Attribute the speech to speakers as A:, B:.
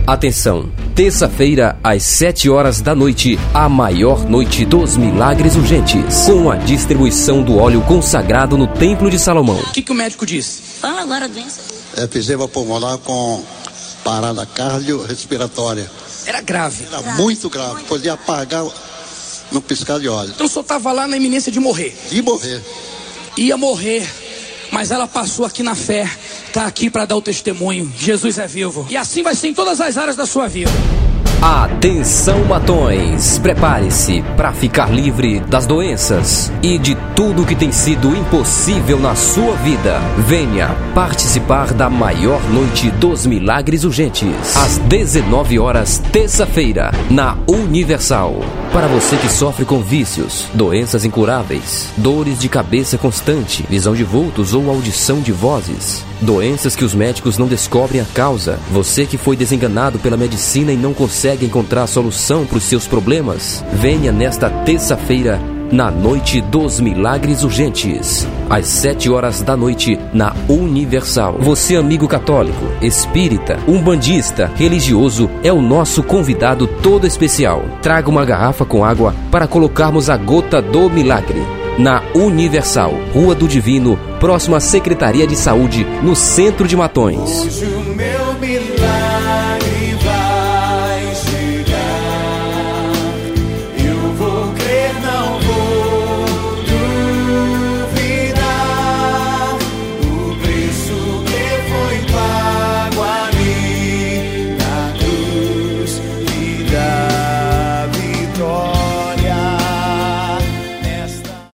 A: Atenção, terça-feira, às 7 horas da noite, a maior noite dos milagres urgentes, com a distribuição do óleo consagrado no Templo de Salomão.
B: O que o médico disse?
C: Fala agora a doença.
D: Efisema pulmonar com parada cardiorrespiratória.
B: Era grave.
D: Era muito grave, podia apagar no piscar de olhos.
B: Então o senhor estava lá na iminência de morrer.
D: De morrer.
B: Ia morrer, mas ela passou aqui na fé. Está aqui para dar o testemunho. Jesus é vivo. E assim vai ser em todas as áreas da sua vida.
A: Atenção, matões! Prepare-se para ficar livre das doenças e de tudo que tem sido impossível na sua vida. Venha participar da maior noite dos milagres urgentes, às 19 horas, terça-feira, na Universal. Para você que sofre com vícios, doenças incuráveis, dores de cabeça constante, visão de vultos ou audição de vozes, doenças que os médicos não descobrem a causa, você que foi desenganado pela medicina e não consegue encontrar a solução para os seus problemas, venha nesta terça-feira na Noite dos Milagres Urgentes, às 7 horas da noite, na Universal. Você, amigo católico, espírita, umbandista, religioso, é o nosso convidado todo especial. Traga uma garrafa com água para colocarmos a gota do milagre. Na Universal, Rua do Divino, próximo à Secretaria de Saúde, no centro de Matões.
E: Hoje o meu milagre